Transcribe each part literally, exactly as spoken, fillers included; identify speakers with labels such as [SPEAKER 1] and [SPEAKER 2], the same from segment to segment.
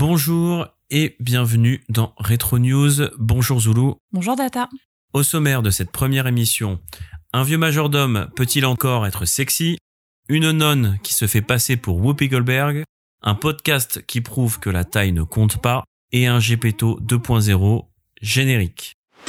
[SPEAKER 1] Bonjour et bienvenue dans Retro News. Bonjour Zoulou.
[SPEAKER 2] Bonjour Data.
[SPEAKER 1] Au sommaire de cette première émission, un vieux majordome peut-il encore être sexy ? Une nonne qui se fait passer pour Whoopi Goldberg, un podcast qui prouve que la taille ne compte pas et un Gepetto deux point zéro générique.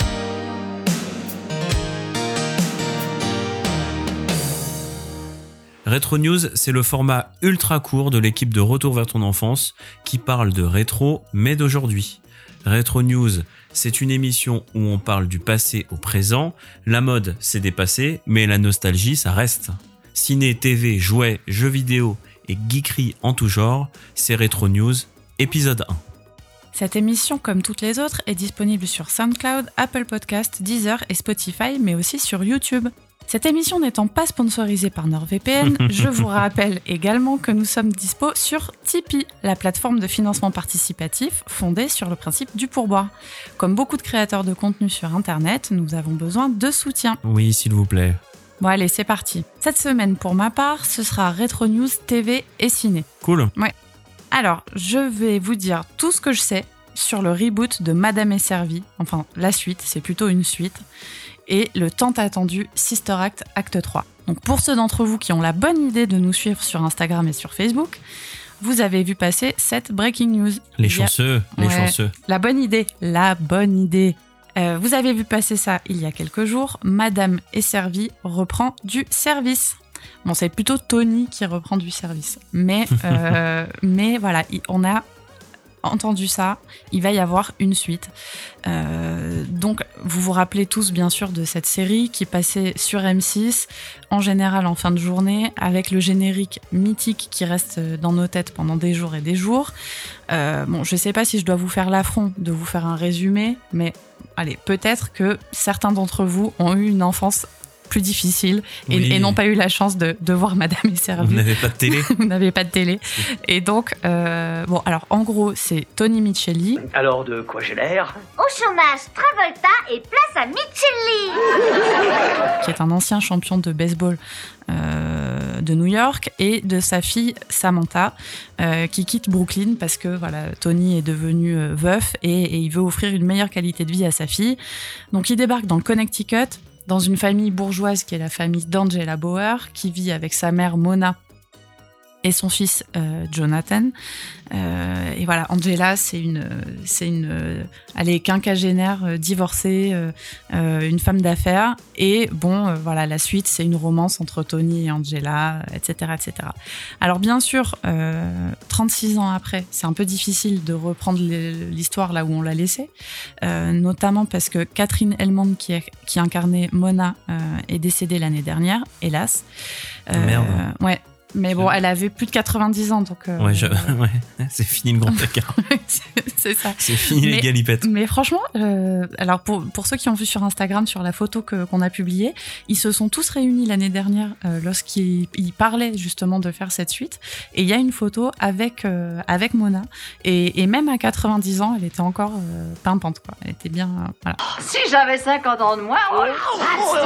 [SPEAKER 1] Retro News, c'est le format ultra court de l'équipe de Retour vers ton enfance qui parle de rétro mais d'aujourd'hui. Retro News, c'est une émission où on parle du passé au présent. La mode, c'est dépassé, mais la nostalgie, ça reste. Ciné, T V, jouets, jeux vidéo et geekerie en tout genre, c'est Retro News, épisode un.
[SPEAKER 2] Cette émission, comme toutes les autres, est disponible sur SoundCloud, Apple Podcasts, Deezer et Spotify, mais aussi sur YouTube. Cette émission n'étant pas sponsorisée par NordVPN, je vous rappelle également que nous sommes dispo sur Tipeee, la plateforme de financement participatif fondée sur le principe du pourboire. Comme beaucoup de créateurs de contenu sur Internet, nous avons besoin de soutien.
[SPEAKER 1] Oui, s'il vous plaît.
[SPEAKER 2] Bon allez, c'est parti. Cette semaine, pour ma part, ce sera Retro News, T V et ciné.
[SPEAKER 1] Cool.
[SPEAKER 2] Ouais. Alors, je vais vous dire tout ce que je sais sur le reboot de Madame est servie, enfin la suite, c'est plutôt une suite, et le tant attendu Sister Act, acte trois. Donc pour ceux d'entre vous qui ont la bonne idée de nous suivre sur Instagram et sur Facebook, vous avez vu passer cette breaking news.
[SPEAKER 1] Les chanceux, a... les ouais, chanceux.
[SPEAKER 2] La bonne idée, la bonne idée. Euh, vous avez vu passer ça il y a quelques jours, Madame est servie reprend du service. Bon, c'est plutôt Tony qui reprend du service. Mais, euh, mais voilà, on a entendu ça, il va y avoir une suite. Euh, donc, vous vous rappelez tous, bien sûr, de cette série qui passait sur M six, en général en fin de journée, avec le générique mythique qui reste dans nos têtes pendant des jours et des jours. Euh, bon, je sais pas si je dois vous faire l'affront de vous faire un résumé, mais allez, peut-être que certains d'entre vous ont eu une enfance plus difficile et, oui. et n'ont pas eu la chance de, de voir Madame est servie.
[SPEAKER 1] Vous n'avez pas de télé.
[SPEAKER 2] Vous n'avez pas de télé. Et donc, euh, bon, alors en gros, c'est Tony Micheli.
[SPEAKER 3] Alors de quoi j'ai l'air ?
[SPEAKER 4] Au chômage, Travolta et place à Micheli,
[SPEAKER 2] qui est un ancien champion de baseball euh, de New York, et de sa fille Samantha, euh, qui quitte Brooklyn parce que voilà, Tony est devenu euh, veuf et, et il veut offrir une meilleure qualité de vie à sa fille. Donc, il débarque dans le Connecticut, dans une famille bourgeoise qui est la famille d'Angela Bauer, qui vit avec sa mère Mona et son fils euh, Jonathan. Euh, et voilà, Angela, c'est une, c'est une, euh, elle est quinquagénaire, euh, divorcée, euh, euh, une femme d'affaires. Et bon, euh, voilà, la suite, c'est une romance entre Tony et Angela, et cetera, et cetera. Alors bien sûr, euh, trente-six ans après, c'est un peu difficile de reprendre l'histoire là où on l'a laissée, euh, notamment parce que Catherine Hellman, qui, a, qui incarnait Mona, euh, est décédée l'année dernière, hélas.
[SPEAKER 1] Euh, Merde.
[SPEAKER 2] Ouais. Mais bon, elle avait plus de quatre-vingt-dix ans, donc... Euh,
[SPEAKER 1] ouais, je... ouais, c'est fini le grand écart.
[SPEAKER 2] c'est, c'est ça.
[SPEAKER 1] C'est fini mais, les galipettes.
[SPEAKER 2] Mais franchement, euh, alors pour, pour ceux qui ont vu sur Instagram, sur la photo que, qu'on a publiée, ils se sont tous réunis l'année dernière euh, lorsqu'ils ils parlaient justement de faire cette suite. Et il y a une photo avec, euh, avec Mona. Et, et même à quatre-vingt-dix ans, elle était encore euh, pimpante, quoi. Elle était bien... Euh, voilà.
[SPEAKER 4] Oh, si j'avais cinquante ans de moins... Oh, oh, oh,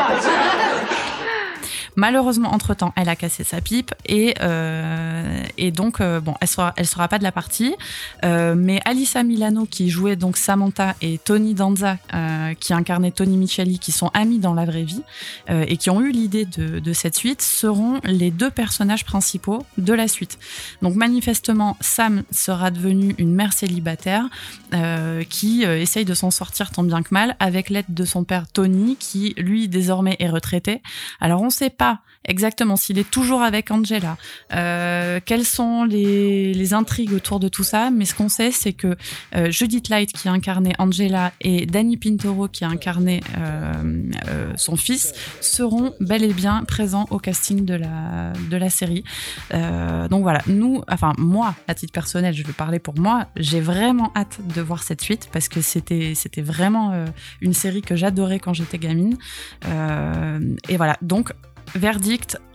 [SPEAKER 2] Malheureusement, entre-temps, elle a cassé sa pipe et, euh, et donc, euh, bon, elle sera, elle sera pas de la partie. Euh, mais Alyssa Milano, qui jouait donc Samantha, et Tony Danza, euh, qui incarnait Tony Micheli, qui sont amis dans la vraie vie euh, et qui ont eu l'idée de, de cette suite, seront les deux personnages principaux de la suite. Donc, manifestement, Sam sera devenue une mère célibataire euh, qui euh, essaye de s'en sortir tant bien que mal avec l'aide de son père Tony, qui, lui, désormais est retraité. Alors, on sait pas exactement s'il est toujours avec Angela, euh, quelles sont les, les intrigues autour de tout ça, mais ce qu'on sait, c'est que euh, Judith Light, qui a incarné Angela, et Danny Pintoro, qui a incarné euh, euh, son fils, seront bel et bien présents au casting de la, de la série. Euh, donc voilà, nous, enfin moi, à titre personnel, je vais parler pour moi, j'ai vraiment hâte de voir cette suite, parce que c'était, c'était vraiment euh, une série que j'adorais quand j'étais gamine. Euh, et voilà, donc verdict,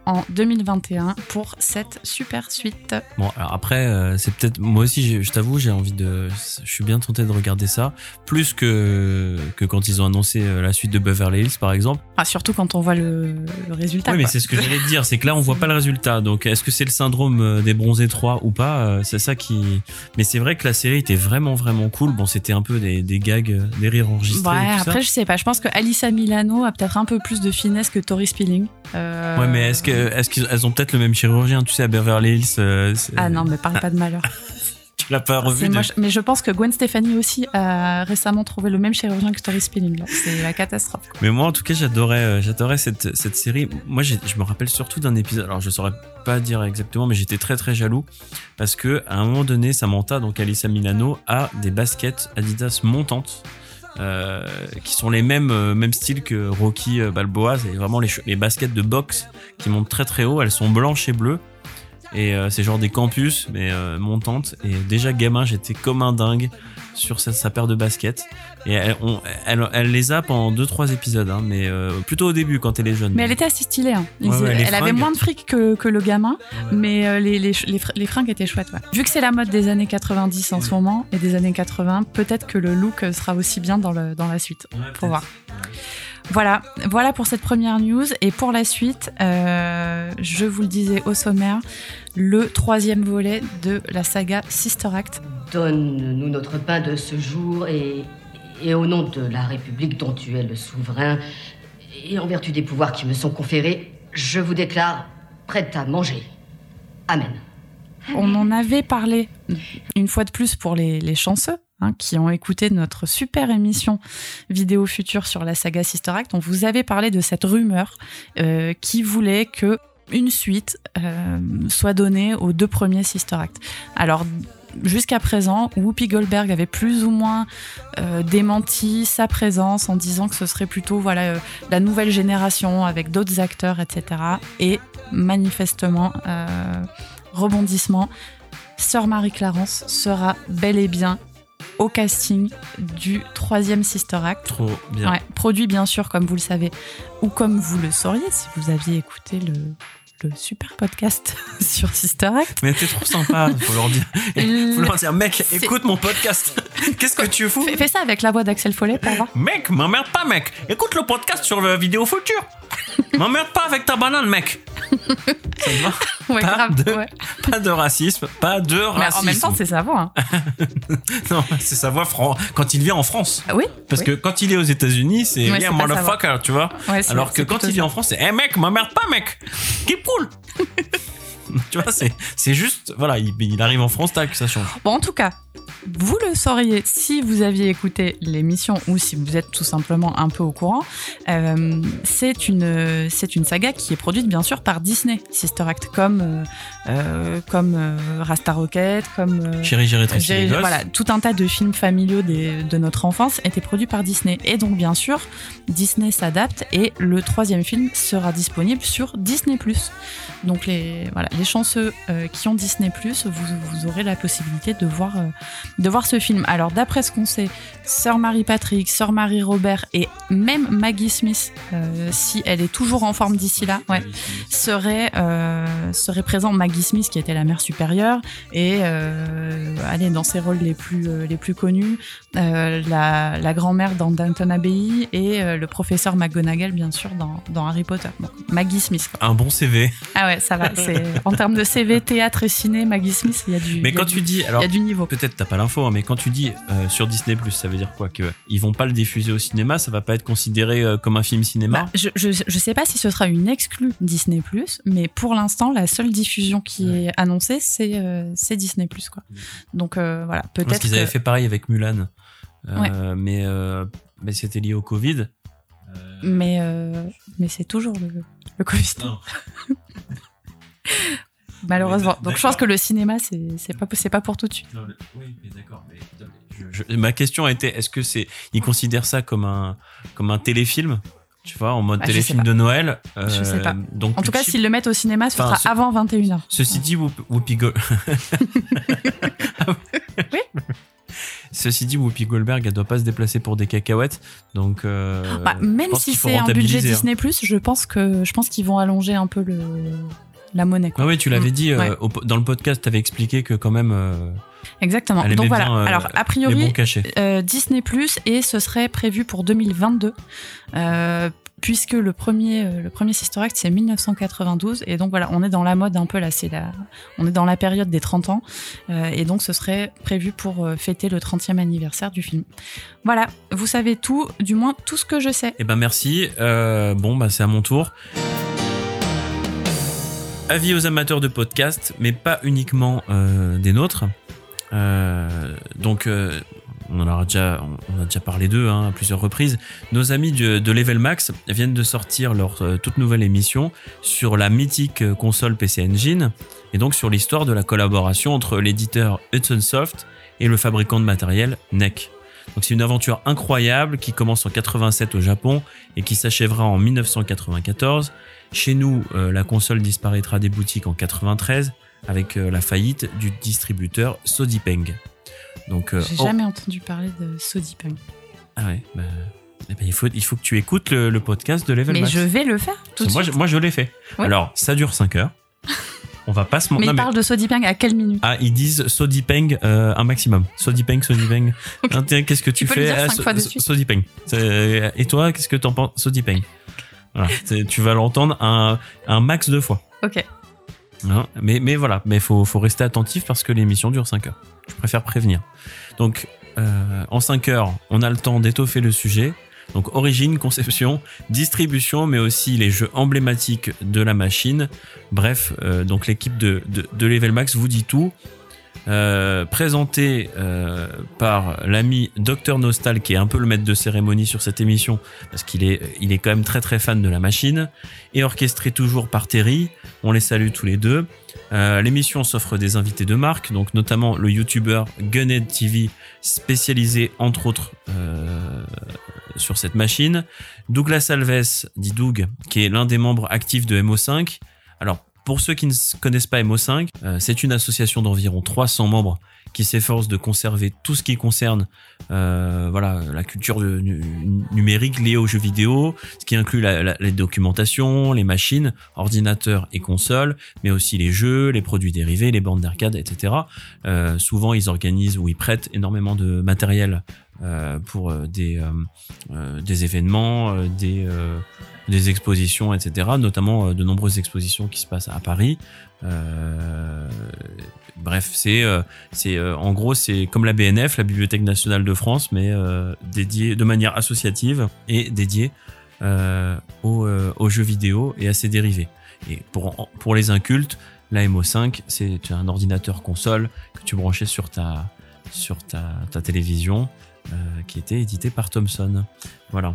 [SPEAKER 2] en deux mille vingt et un pour cette super suite.
[SPEAKER 1] Bon, alors après, euh, c'est peut-être... Moi aussi, j'ai, je t'avoue, j'ai envie de... Je suis bien tenté de regarder ça. Plus que, que quand ils ont annoncé la suite de Beverly Hills, par exemple.
[SPEAKER 2] Ah, surtout quand on voit le, le résultat.
[SPEAKER 1] Oui, mais
[SPEAKER 2] quoi.
[SPEAKER 1] c'est ce que j'allais te dire. C'est que là, on voit pas le résultat. Donc, est-ce que c'est le syndrome des bronzés trois ou pas ? C'est ça qui... Mais c'est vrai que la série était vraiment, vraiment cool. Bon, c'était un peu des, des gags, des rires enregistrés.
[SPEAKER 2] Ouais,
[SPEAKER 1] et tout
[SPEAKER 2] après,
[SPEAKER 1] ça.
[SPEAKER 2] je sais pas. Je pense que Alyssa Milano a peut-être un peu plus de finesse que Tori Spelling. Euh...
[SPEAKER 1] Ouais, mais est-ce que, est-ce qu'elles ont peut-être le même chirurgien, tu sais, à Beverly Hills euh,
[SPEAKER 2] Ah non, mais parle pas de malheur.
[SPEAKER 1] Tu l'as pas revu
[SPEAKER 2] C'est
[SPEAKER 1] de...
[SPEAKER 2] moche. Mais je pense que Gwen Stefani aussi a récemment trouvé le même chirurgien que Tori Spelling. Là. C'est la catastrophe.
[SPEAKER 1] Mais moi, en tout cas, j'adorais, euh, j'adorais cette, cette série. Moi, j'ai, je me rappelle surtout d'un épisode. Alors, je saurais pas dire exactement, mais j'étais très très jaloux parce que à un moment donné, Samantha, donc Alyssa Milano, a des baskets Adidas montantes. Euh, qui sont les mêmes euh, mêmes styles que Rocky euh, Balboa. C'est vraiment les, les baskets de boxe qui montent très très haut. Elles sont blanches et bleues. Et euh, c'est genre des campus, mais euh, montantes. Et déjà gamin, j'étais comme un dingue sur sa, sa paire de baskets. Et elle, on, elle, elle les a pendant deux trois épisodes, hein, mais euh, plutôt au début quand elle est jeune.
[SPEAKER 2] Mais elle était assez stylée. Hein. Ils,
[SPEAKER 1] Ouais, ouais, les
[SPEAKER 2] elle avait
[SPEAKER 1] fringues.
[SPEAKER 2] moins de fric que, que le gamin,
[SPEAKER 1] Ouais.
[SPEAKER 2] mais euh, les, les, les, fr- les fringues étaient chouettes. Ouais. Vu que c'est la mode des années quatre-vingt-dix en
[SPEAKER 1] Ouais.
[SPEAKER 2] ce moment et des années quatre-vingts, peut-être que le look sera aussi bien dans, le, dans la suite.
[SPEAKER 1] Ouais,
[SPEAKER 2] Faut
[SPEAKER 1] peut-être.
[SPEAKER 2] voir. Voilà, voilà pour cette première news. Et pour la suite, euh, je vous le disais au sommaire, le troisième volet de la saga Sister Act.
[SPEAKER 3] Donne-nous notre pain de ce jour et, et au nom de la République dont tu es le souverain et en vertu des pouvoirs qui me sont conférés, je vous déclare prête à manger. Amen.
[SPEAKER 2] On en avait parlé une fois de plus pour les, les chanceux. Hein, qui ont écouté notre super émission Vidéo Future sur la saga Sister Act. On vous avait parlé de cette rumeur euh, qui voulait que une suite euh, soit donnée aux deux premiers Sister Act. Alors, jusqu'à présent, Whoopi Goldberg avait plus ou moins euh, démenti sa présence en disant que ce serait plutôt voilà, euh, la nouvelle génération avec d'autres acteurs, et cetera. Et manifestement, euh, rebondissement, Sœur Marie-Clarence sera bel et bien au casting du troisième Sister Act.
[SPEAKER 1] Trop bien.
[SPEAKER 2] Ouais, produit bien sûr, comme vous le savez, ou comme vous le sauriez si vous aviez écouté le, le super podcast sur Sister Act.
[SPEAKER 1] Mais t'es trop sympa, faut leur dire. Faut leur dire, mec,
[SPEAKER 2] C'est-
[SPEAKER 1] écoute mon podcast. Qu'est-ce que tu fous?
[SPEAKER 2] Fais, fais ça avec la voix d'Axel Follet pour voir.
[SPEAKER 1] Mec, m'emmerde pas, mec. Écoute le podcast sur le Vidéo Future. M'emmerde pas avec ta banane, mec. Ça te va?
[SPEAKER 2] Ouais,
[SPEAKER 1] Pas
[SPEAKER 2] grave.
[SPEAKER 1] de-
[SPEAKER 2] Ouais.
[SPEAKER 1] Pas de racisme, pas de
[SPEAKER 2] Mais
[SPEAKER 1] racisme.
[SPEAKER 2] en même temps, c'est sa voix. Hein.
[SPEAKER 1] Non, c'est sa voix fran- quand il vient en France.
[SPEAKER 2] Ah oui.
[SPEAKER 1] Parce
[SPEAKER 2] oui.
[SPEAKER 1] que quand il est aux États-Unis, c'est
[SPEAKER 2] Ouais,
[SPEAKER 1] yeah,
[SPEAKER 2] c'est pas sa
[SPEAKER 1] motherfucker, tu vois.
[SPEAKER 2] Ouais, c'est-
[SPEAKER 1] Alors que
[SPEAKER 2] c'est
[SPEAKER 1] quand
[SPEAKER 2] plutôt
[SPEAKER 1] il vient
[SPEAKER 2] ça.
[SPEAKER 1] en France, c'est hey mec, m'emmerde pas, mec. Keep cool. Tu vois, c'est, c'est juste, voilà, il, il arrive en France, tac, ça change.
[SPEAKER 2] Bon, en tout cas, vous le sauriez si vous aviez écouté l'émission ou si vous êtes tout simplement un peu au courant. Euh, c'est une c'est une saga qui est produite bien sûr par Disney, Sister Act, comme euh, euh, comme euh, Rasta Rocket, comme euh,
[SPEAKER 1] Chérie, j'ai rétréci
[SPEAKER 2] J'ai-
[SPEAKER 1] les gosses.
[SPEAKER 2] voilà, tout un tas de films familiaux des- de notre enfance étaient produits par Disney. Et donc, bien sûr, Disney s'adapte et le troisième film sera disponible sur Disney plus. Donc, les, voilà, les chanceux euh, qui ont Disney plus, vous, vous aurez la possibilité de voir, euh, de voir ce film. Alors, d'après ce qu'on sait, Sœur Marie-Patrick, Sœur Marie-Robert et même Maggie Smith, euh, si elle est toujours en forme d'ici là, ouais, serait, euh, serait présent. Maggie Smith, qui était la mère supérieure, et euh, allez, dans ses rôles les plus, euh, les plus connus, euh, la, la grand-mère dans Downton Abbey et euh, le professeur McGonagall, bien sûr, dans, dans Harry Potter. Donc, Maggie Smith. Quoi.
[SPEAKER 1] Un bon C V.
[SPEAKER 2] Ah ouais, ça va. C'est, en termes de C V, théâtre et ciné, Maggie Smith, il y a du,
[SPEAKER 1] Mais
[SPEAKER 2] il y a
[SPEAKER 1] quand
[SPEAKER 2] du-
[SPEAKER 1] tu dis,
[SPEAKER 2] il
[SPEAKER 1] alors,
[SPEAKER 2] y a du niveau.
[SPEAKER 1] peut-être t'as pas l'info, hein, mais quand tu dis euh, sur Disney plus, ça veut dire quoi? Que ils vont pas le diffuser au cinéma, ça va pas être considéré euh, comme un film cinéma?
[SPEAKER 2] Bah, je, je, je sais pas si ce sera une exclue Disney plus, mais pour l'instant, la seule diffusion qui
[SPEAKER 1] Ouais.
[SPEAKER 2] est annoncée, c'est, euh, c'est Disney plus, quoi. Donc euh, voilà, peut-être.
[SPEAKER 1] Parce qu'ils
[SPEAKER 2] que-
[SPEAKER 1] avaient fait pareil avec Mulan. Euh,
[SPEAKER 2] Ouais.
[SPEAKER 1] mais, euh, mais c'était lié au Covid. Euh,
[SPEAKER 2] Mais, euh, mais c'est toujours le, le Covid.
[SPEAKER 1] non.
[SPEAKER 2] Malheureusement.
[SPEAKER 1] Mais
[SPEAKER 2] Donc je
[SPEAKER 1] d'accord.
[SPEAKER 2] pense que le cinéma, c'est, c'est, pas, c'est pas pour tout de suite.
[SPEAKER 1] Non, le- oui, mais d'accord. Mais, je- je- ma question était, est-ce que c'est, ils considèrent ça comme un, comme un téléfilm, tu vois, en mode
[SPEAKER 2] Ah, je sais
[SPEAKER 1] téléfilm
[SPEAKER 2] pas.
[SPEAKER 1] de Noël. euh,
[SPEAKER 2] Je sais pas.
[SPEAKER 1] Donc
[SPEAKER 2] En tout
[SPEAKER 1] plus
[SPEAKER 2] cas,
[SPEAKER 1] cheap.
[SPEAKER 2] s'ils le mettent au cinéma, ce
[SPEAKER 1] Enfin,
[SPEAKER 2] sera
[SPEAKER 1] ce-
[SPEAKER 2] avant vingt et une heures.
[SPEAKER 1] Ceci dit, Whoop- Whoopi Go-
[SPEAKER 2] Oui.
[SPEAKER 1] Ce- ceci dit, Whoopi Goldberg, elle doit pas se déplacer pour des cacahuètes, donc. Euh,
[SPEAKER 2] bah, même si c'est un budget Disney+, hein. je pense que je pense qu'ils vont allonger un peu le la monnaie. Quoi.
[SPEAKER 1] Ah oui, tu l'avais dit
[SPEAKER 2] ouais.
[SPEAKER 1] euh, au, dans le podcast, tu avais expliqué que quand même. Euh,
[SPEAKER 2] Exactement.
[SPEAKER 1] Elle
[SPEAKER 2] donc voilà.
[SPEAKER 1] bien, euh,
[SPEAKER 2] Alors a priori,
[SPEAKER 1] les bons cachets.
[SPEAKER 2] Euh, Disney+, et ce serait prévu pour deux mille vingt-deux. Euh, puisque le premier, euh, le premier Sister Act, c'est mille neuf cent quatre-vingt-douze, et donc voilà, on est dans la mode un peu là, c'est la, on est dans la période des trente ans, euh, et donc ce serait prévu pour euh, fêter le trentième anniversaire du film. Voilà, vous savez tout, du moins tout ce que je sais.
[SPEAKER 1] Eh ben merci, euh, bon bah c'est à mon tour. Avis aux amateurs de podcasts, mais pas uniquement euh, des nôtres. Euh, donc... Euh, On en a déjà, on a déjà parlé d'eux hein, à plusieurs reprises. Nos amis de, de Level Max viennent de sortir leur euh, toute nouvelle émission sur la mythique console P C Engine et donc sur l'histoire de la collaboration entre l'éditeur Hudson Soft et le fabricant de matériel N E C. Donc c'est une aventure incroyable qui commence en quatre-vingt-sept au Japon et qui s'achèvera en mille neuf cent quatre-vingt-quatorze. Chez nous, euh, la console disparaîtra des boutiques en quatre-vingt-treize avec euh, la faillite du distributeur Sodipeng. Donc, euh,
[SPEAKER 2] J'ai
[SPEAKER 1] oh.
[SPEAKER 2] jamais entendu parler de Sodipeng.
[SPEAKER 1] Ah ouais, bah, eh ben, il, faut, il faut que tu écoutes le, le podcast de Level
[SPEAKER 2] Mais
[SPEAKER 1] Max.
[SPEAKER 2] je vais le faire tout de
[SPEAKER 1] moi,
[SPEAKER 2] suite.
[SPEAKER 1] Je, moi, je l'ai fait.
[SPEAKER 2] Ouais.
[SPEAKER 1] Alors, ça dure cinq heures. On va pas se
[SPEAKER 2] Mais
[SPEAKER 1] mentir.
[SPEAKER 2] ils parlent de Sodipeng à quelle minute?
[SPEAKER 1] Ah, ils disent Sodipeng euh, un maximum. Sodipeng, Sodipeng.
[SPEAKER 2] Okay.
[SPEAKER 1] Qu'est-ce que tu,
[SPEAKER 2] tu
[SPEAKER 1] fais?
[SPEAKER 2] peux le dire
[SPEAKER 1] ah,
[SPEAKER 2] cinq
[SPEAKER 1] so,
[SPEAKER 2] fois de suite.
[SPEAKER 1] Sodipeng. Et toi, qu'est-ce que t'en penses? Sodipeng. Voilà. Tu vas l'entendre un, un max de fois.
[SPEAKER 2] Ok.
[SPEAKER 1] Hein, mais, mais voilà, mais faut, faut rester attentif parce que l'émission dure cinq heures. Je préfère prévenir. Donc, euh, en cinq heures, on a le temps d'étoffer le sujet. Donc, origine, conception, distribution, mais aussi les jeux emblématiques de la machine. Bref, euh, donc l'équipe de, de, de Level Max vous dit tout. Euh, présenté euh, par l'ami Docteur Nostal, qui est un peu le maître de cérémonie sur cette émission, parce qu'il est, il est quand même très très fan de la machine, et orchestré toujours par Terry. On les salue tous les deux. Euh, l'émission s'offre des invités de marque, donc notamment le youtubeur Gunhead T V, spécialisé entre autres euh, sur cette machine. Douglas Alves, dit Doug, qui est l'un des membres actifs de M O cinq. Alors, pour ceux qui ne connaissent pas M O cinq, euh, c'est une association d'environ trois cents membres qui s'efforce de conserver tout ce qui concerne euh, voilà, la culture de, nu, numérique liée aux jeux vidéo, ce qui inclut la, la, les documentations, les machines, ordinateurs et consoles, mais aussi les jeux, les produits dérivés, les bornes d'arcade, et cetera. Euh, souvent, ils organisent ou ils prêtent énormément de matériel euh, pour euh, des, euh, euh, des événements, euh, des... Euh, des expositions, et cetera. Notamment euh, de nombreuses expositions qui se passent à Paris. Euh, bref, c'est, euh, c'est euh, en gros c'est comme la B N F, la Bibliothèque nationale de France, mais euh, dédiée de manière associative et dédiée euh, aux, euh, aux jeux vidéo et à ses dérivés. Et pour pour les incultes, la M O cinq, c'est un ordinateur console que tu branchais sur ta sur ta ta télévision, euh, qui était édité par Thomson. Voilà.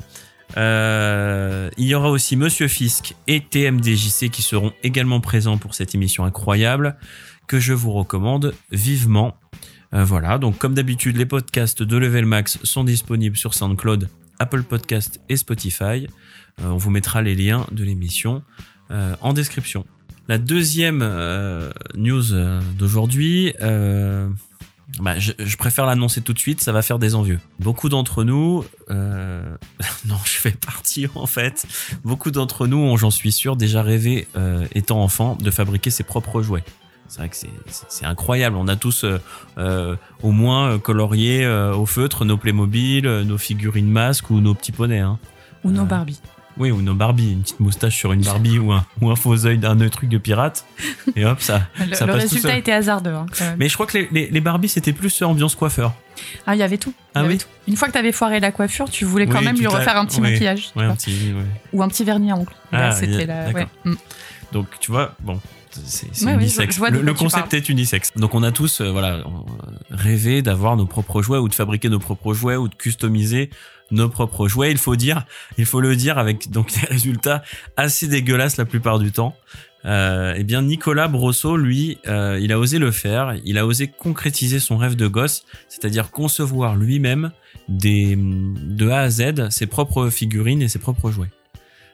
[SPEAKER 1] Euh, il y aura aussi Monsieur Fisk et T M D J C qui seront également présents pour cette émission incroyable que je vous recommande vivement. Euh, voilà, donc comme d'habitude, les podcasts de Level Max sont disponibles sur SoundCloud, Apple Podcast et Spotify. Euh, on vous mettra les liens de l'émission euh, en description. La deuxième euh, news d'aujourd'hui, euh, bah, je, je préfère l'annoncer tout de suite, ça va faire des envieux. Beaucoup d'entre nous, euh, non, je fais partie en fait, beaucoup d'entre nous ont, j'en suis sûr, déjà rêvé, euh, étant enfant, de fabriquer ses propres jouets. C'est vrai que c'est, c'est, c'est incroyable, on a tous euh, euh, au moins colorié euh, au feutre nos Playmobil, euh, nos figurines masques ou nos petits poneys. Hein.
[SPEAKER 2] Ou nos
[SPEAKER 1] euh,
[SPEAKER 2] Barbie.
[SPEAKER 1] Oui, ou nos Barbie, une petite moustache sur une Barbie ou, un, ou un faux œil d'un truc de pirate. Et hop, ça,
[SPEAKER 2] le,
[SPEAKER 1] ça
[SPEAKER 2] le
[SPEAKER 1] passe
[SPEAKER 2] résultat
[SPEAKER 1] tout
[SPEAKER 2] était hasardeux. Hein, quand même.
[SPEAKER 1] Mais je crois que les, les, les Barbie, c'était plus ambiance coiffeur.
[SPEAKER 2] Ah, il y avait tout. Il
[SPEAKER 1] Ah
[SPEAKER 2] y avait
[SPEAKER 1] oui
[SPEAKER 2] tout. Une fois que t'avais foiré la coiffure, tu voulais quand
[SPEAKER 1] Oui,
[SPEAKER 2] même lui
[SPEAKER 1] tout à-
[SPEAKER 2] refaire un petit
[SPEAKER 1] oui.
[SPEAKER 2] maquillage. tu
[SPEAKER 1] Ouais,
[SPEAKER 2] vois.
[SPEAKER 1] un petit, ouais.
[SPEAKER 2] Ou un petit vernis à ongles.
[SPEAKER 1] Ah,
[SPEAKER 2] Là, c'était
[SPEAKER 1] y a-
[SPEAKER 2] la.
[SPEAKER 1] d'accord.
[SPEAKER 2] Ouais. Mm.
[SPEAKER 1] Donc, tu vois, bon, c'est, c'est
[SPEAKER 2] Ouais, oui,
[SPEAKER 1] unisexe.
[SPEAKER 2] je- je vois de
[SPEAKER 1] le
[SPEAKER 2] quoi
[SPEAKER 1] le
[SPEAKER 2] tu
[SPEAKER 1] concept
[SPEAKER 2] parles.
[SPEAKER 1] est unisexe. Donc, on a tous, euh, voilà, on- rêvé d'avoir nos propres jouets ou de fabriquer nos propres jouets ou de customiser nos propres jouets. Il faut dire, il faut le dire avec donc des résultats assez dégueulasses la plupart du temps. Euh, eh bien, Nicolas Brosseau, lui, euh, il a osé le faire. Il a osé concrétiser son rêve de gosse, c'est-à-dire concevoir lui-même des, de A à Z ses propres figurines et ses propres jouets.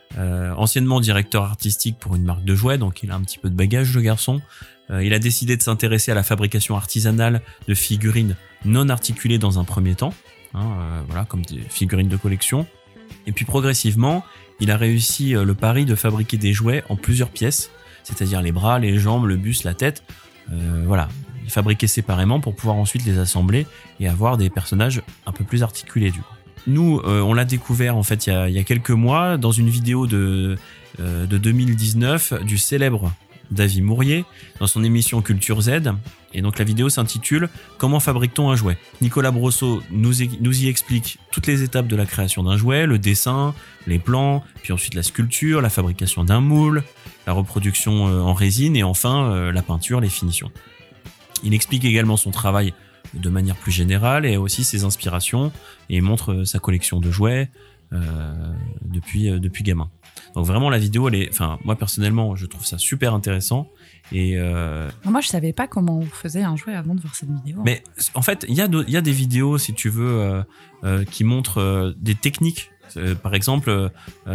[SPEAKER 1] Euh, anciennement directeur artistique pour une marque de jouets, donc il a un petit peu de bagage, le garçon. Euh, il a décidé de s'intéresser à la fabrication artisanale de figurines non articulées dans un premier temps, hein, euh, voilà, comme des figurines de collection. Et puis progressivement, il a réussi euh, le pari de fabriquer des jouets en plusieurs pièces, c'est-à-dire les bras, les jambes, le buste, la tête. Euh, voilà, il fabriquait séparément pour pouvoir ensuite les assembler et avoir des personnages un peu plus articulés du coup. Nous, euh, on l'a découvert en fait il y a, il y a quelques mois dans une vidéo de, euh, de deux mille dix-neuf du célèbre David Mourier dans son émission Culture Z. Et donc la vidéo s'intitule « Comment fabrique-t-on un jouet ?» Nicolas Brosseau nous, nous y explique toutes les étapes de la création d'un jouet, le dessin, les plans, puis ensuite la sculpture, la fabrication d'un moule, la reproduction en résine et enfin la peinture, les finitions. Il explique également son travail de manière plus générale et aussi ses inspirations et montre sa collection de jouets euh, depuis, euh, depuis gamin. Donc vraiment la vidéo, elle est, enfin moi personnellement je trouve ça super intéressant et euh...
[SPEAKER 2] moi je savais pas comment on faisait un jouet avant de voir cette vidéo.
[SPEAKER 1] Mais en fait il y a il y a des vidéos si tu veux euh, euh, qui montrent euh, des techniques, euh, par exemple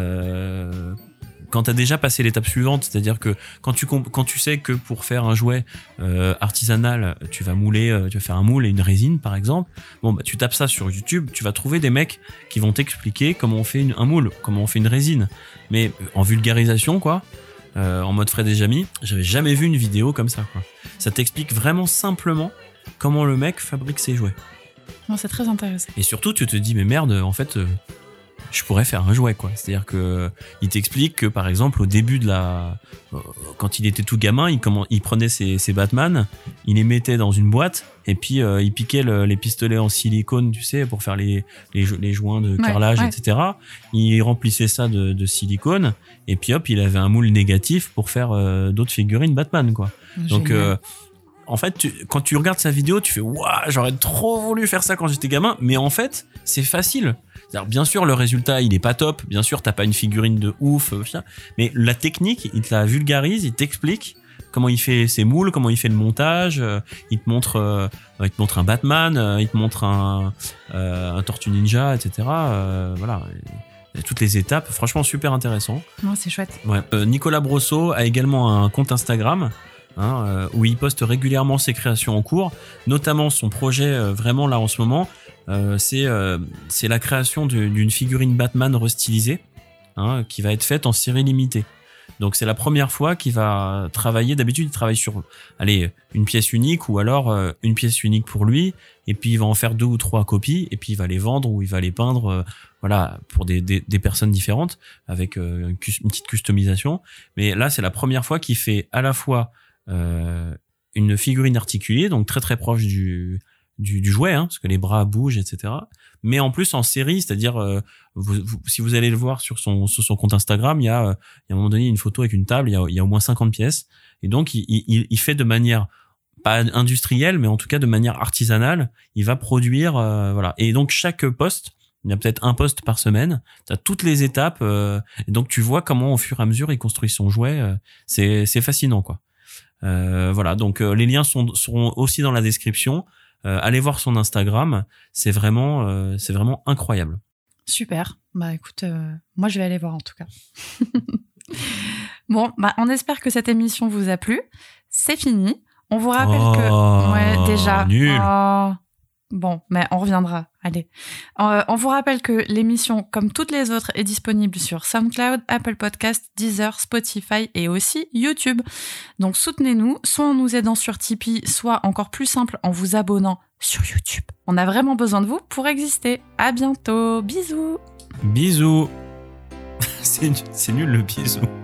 [SPEAKER 1] euh, quand tu as déjà passé l'étape suivante, c'est-à-dire que quand tu quand tu sais que pour faire un jouet euh, artisanal, tu vas mouler, euh, tu vas faire un moule et une résine par exemple. Bon bah tu tapes ça sur YouTube, tu vas trouver des mecs qui vont t'expliquer comment on fait une, un moule, comment on fait une résine, mais en vulgarisation quoi, euh, en mode Fred et Jamy. J'avais jamais vu une vidéo comme ça quoi. Ça t'explique vraiment simplement comment le mec fabrique ses jouets.
[SPEAKER 2] Non, c'est très intéressant.
[SPEAKER 1] Et surtout tu te dis mais merde en fait. Euh, je pourrais faire un jouet quoi, c'est-à-dire que il t'explique que par exemple au début de la euh, quand il était tout gamin, il comment il prenait ses, ses Batman, il les mettait dans une boîte et puis euh, il piquait le, les pistolets en silicone, tu sais, pour faire les les, les joints de carrelage, ouais, ouais. et cetera. Il remplissait ça de, de silicone et puis hop, il avait un moule négatif pour faire euh, d'autres figurines Batman quoi. Génial. Donc euh, en fait, tu, quand tu regardes sa vidéo, tu fais waouh, j'aurais trop voulu faire ça quand j'étais gamin, mais en fait, c'est facile. Alors, bien sûr, le résultat, il est pas top. Bien sûr, t'as pas une figurine de ouf, mais la technique, il te la vulgarise, il t'explique comment il fait ses moules, comment il fait le montage. Il te montre, il te montre un Batman, il te montre un, un Tortue Ninja, et cetera. Euh, voilà. Et toutes les étapes, franchement, super intéressant.
[SPEAKER 2] Non, c'est chouette.
[SPEAKER 1] Ouais. Euh, Nicolas Brosseau a également un compte Instagram. Hein, euh, où il poste régulièrement ses créations en cours, notamment son projet euh, vraiment là en ce moment, euh, c'est euh, c'est la création de, d'une figurine Batman restylisée, hein, qui va être faite en série limitée. Donc c'est la première fois qu'il va travailler. D'habitude il travaille sur allez une pièce unique ou alors euh, une pièce unique pour lui et puis il va en faire deux ou trois copies et puis il va les vendre ou il va les peindre euh, voilà pour des, des des personnes différentes avec euh, une, une petite customisation. Mais là c'est la première fois qu'il fait à la fois Euh, une figurine articulée, donc très très proche du du, du jouet, hein, parce que les bras bougent, et cetera. Mais en plus en série, c'est-à-dire euh, vous, vous, si vous allez le voir sur son sur son compte Instagram, il y a, euh, il y a à un moment donné une photo avec une table, il y a, il y a au moins cinquante pièces, et donc il, il, il fait de manière pas industrielle, mais en tout cas de manière artisanale, il va produire, euh, voilà. Et donc chaque poste, il y a peut-être un poste par semaine. Tu as toutes les étapes, euh, et donc tu vois comment au fur et à mesure il construit son jouet. Euh, c'est c'est fascinant quoi. Euh, voilà, donc euh, les liens sont seront aussi dans la description. Euh, allez voir son Instagram, c'est vraiment euh, c'est vraiment incroyable.
[SPEAKER 2] Super. Bah écoute, euh, moi je vais aller voir en tout cas. Bon, bah on espère que cette émission vous a plu. C'est fini. On vous rappelle
[SPEAKER 1] oh,
[SPEAKER 2] que ouais déjà.
[SPEAKER 1] Nul.
[SPEAKER 2] Oh, bon, mais on reviendra. Allez. Euh, on vous rappelle que l'émission, comme toutes les autres, est disponible sur SoundCloud, Apple Podcasts, Deezer, Spotify et aussi YouTube. Donc soutenez-nous, soit en nous aidant sur Tipeee, soit encore plus simple en vous abonnant sur YouTube. On a vraiment besoin de vous pour exister. À bientôt. Bisous.
[SPEAKER 1] Bisous. c'est, c'est nul le bisou.